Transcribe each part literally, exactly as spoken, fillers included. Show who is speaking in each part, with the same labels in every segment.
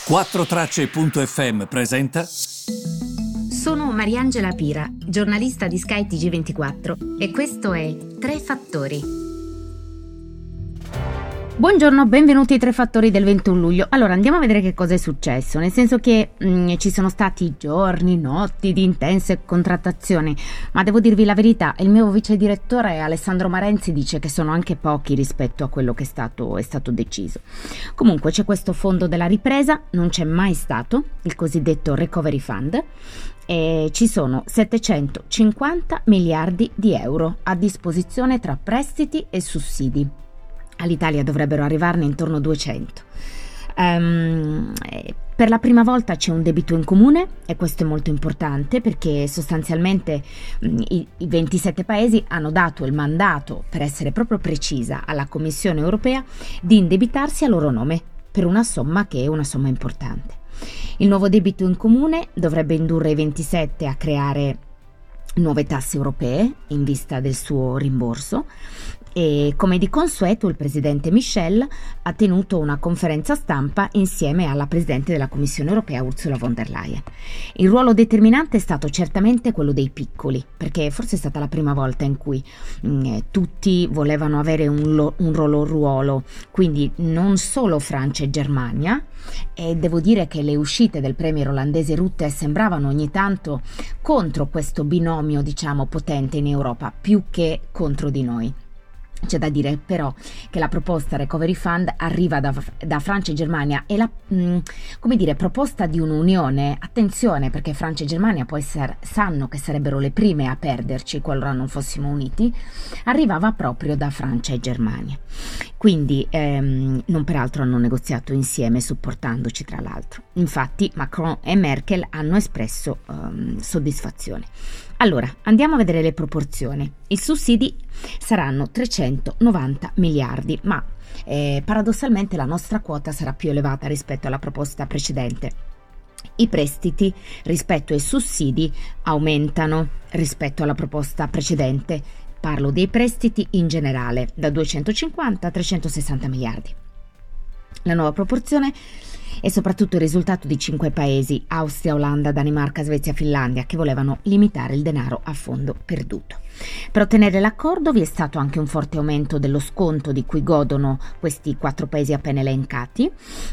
Speaker 1: quattro tracce punto effe emme presenta.
Speaker 2: Sono Mariangela Pira, giornalista di Sky T G ventiquattro e questo è Tre Fattori.
Speaker 3: Buongiorno, benvenuti ai Tre Fattori del ventuno luglio. Allora, andiamo a vedere che cosa è successo, nel senso che mh, ci sono stati giorni, notti di intense contrattazioni, ma devo dirvi la verità, il mio vice direttore Alessandro Marenzi dice che sono anche pochi rispetto a quello che è stato, è stato deciso. Comunque c'è questo fondo della ripresa, non c'è mai stato, il cosiddetto Recovery Fund, e ci sono settecentocinquanta miliardi di euro a disposizione tra prestiti e sussidi. All'Italia dovrebbero arrivarne intorno a duecento. Um, per la prima volta c'è un debito in comune e questo è molto importante perché sostanzialmente mh, i, i ventisette paesi hanno dato il mandato, per essere proprio precisa, alla Commissione europea di indebitarsi a loro nome per una somma che è una somma importante. Il nuovo debito in comune dovrebbe indurre i ventisette a creare nuove tasse europee in vista del suo rimborso. E come di consueto il presidente Michel ha tenuto una conferenza stampa insieme alla presidente della Commissione europea Ursula von der Leyen. Il ruolo determinante è stato certamente quello dei piccoli, perché forse è stata la prima volta in cui mh, tutti volevano avere un, lo, un loro ruolo, quindi non solo Francia e Germania, e devo dire che le uscite del premier olandese Rutte sembravano ogni tanto contro questo binomio, diciamo, potente in Europa, più che contro di noi. C'è da dire però che la proposta Recovery Fund arriva da, da Francia e Germania e la mh, come dire, proposta di un'unione, attenzione perché Francia e Germania poi ser, sanno che sarebbero le prime a perderci qualora non fossimo uniti, arrivava proprio da Francia e Germania. Quindi ehm, non peraltro hanno negoziato insieme supportandoci tra l'altro. Infatti Macron e Merkel hanno espresso ehm, soddisfazione. Allora, andiamo a vedere le proporzioni. I sussidi saranno trecentonovanta miliardi, ma eh, paradossalmente la nostra quota sarà più elevata rispetto alla proposta precedente. I prestiti rispetto ai sussidi aumentano rispetto alla proposta precedente. Parlo dei prestiti in generale, da duecentocinquanta a trecentosessanta miliardi. La nuova proporzione è soprattutto il risultato di cinque paesi, Austria, Olanda, Danimarca, Svezia, Finlandia, che volevano limitare il denaro a fondo perduto. Per ottenere l'accordo vi è stato anche un forte aumento dello sconto di cui godono questi quattro paesi appena elencati,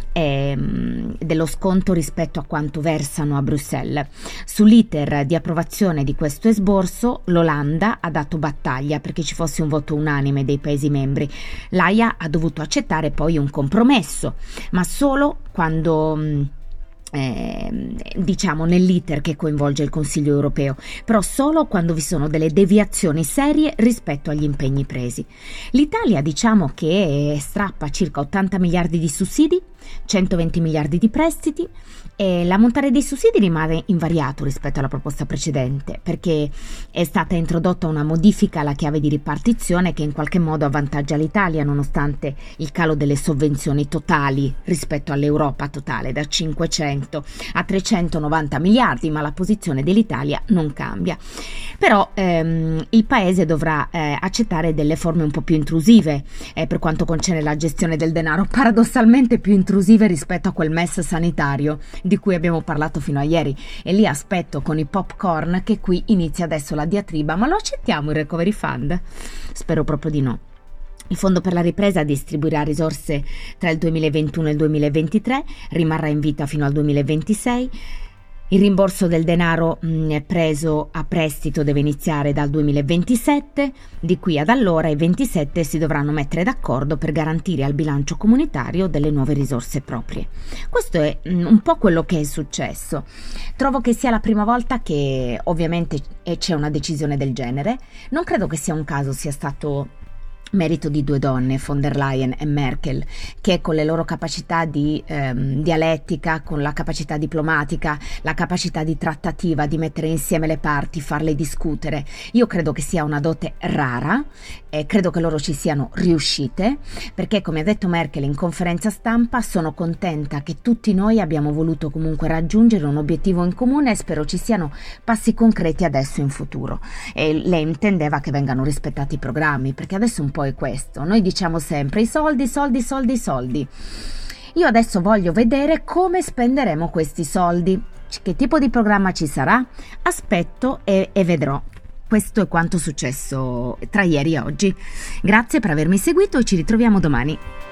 Speaker 3: ehm, dello sconto rispetto a quanto versano a Bruxelles. Sull'iter di approvazione di questo esborso, l'Olanda ha dato battaglia perché ci fosse un voto unanime dei paesi membri. L'A I A ha dovuto accettare poi un compromesso, ma solo quando Eh, diciamo nell'iter che coinvolge il Consiglio europeo, però solo quando vi sono delle deviazioni serie rispetto agli impegni presi. L'Italia diciamo che strappa circa ottanta miliardi di sussidi, centoventi miliardi di prestiti e l'ammontare dei sussidi rimane invariato rispetto alla proposta precedente perché è stata introdotta una modifica alla chiave di ripartizione che in qualche modo avvantaggia l'Italia nonostante il calo delle sovvenzioni totali rispetto all'Europa totale da cinquecento a trecentonovanta miliardi, ma la posizione dell'Italia non cambia. Però ehm, il paese dovrà eh, accettare delle forme un po' più intrusive eh, per quanto concerne la gestione del denaro, paradossalmente più intrusive rispetto a quel mess sanitario di cui abbiamo parlato fino a ieri, e lì aspetto con i popcorn che qui inizia adesso la diatriba: ma lo accettiamo il Recovery Fund? Spero proprio di no. Il Fondo per la ripresa distribuirà risorse tra il duemilaventuno e il duemilaventitré, rimarrà in vita fino al duemilaventisei. Il rimborso del denaro mh, preso a prestito deve iniziare dal duemilaventisette, di qui ad allora i ventisette si dovranno mettere d'accordo per garantire al bilancio comunitario delle nuove risorse proprie. Questo è mh, un po' quello che è successo. Trovo che sia la prima volta che ovviamente c'è una decisione del genere. Non credo che sia un caso sia stato merito di due donne, von der Leyen e Merkel, che con le loro capacità di ehm, dialettica, con la capacità diplomatica, la capacità di trattativa, di mettere insieme le parti, farle discutere. Io credo che sia una dote rara e credo che loro ci siano riuscite, perché come ha detto Merkel in conferenza stampa, sono contenta che tutti noi abbiamo voluto comunque raggiungere un obiettivo in comune e spero ci siano passi concreti adesso in futuro. E lei intendeva che vengano rispettati i programmi, perché adesso un po' è questo, noi diciamo sempre i soldi, soldi, soldi, soldi Io adesso voglio vedere come spenderemo questi soldi. Che tipo di programma ci sarà? Aspetto e, e vedrò. Questo è quanto successo tra ieri e oggi. Grazie per avermi seguito e ci ritroviamo domani.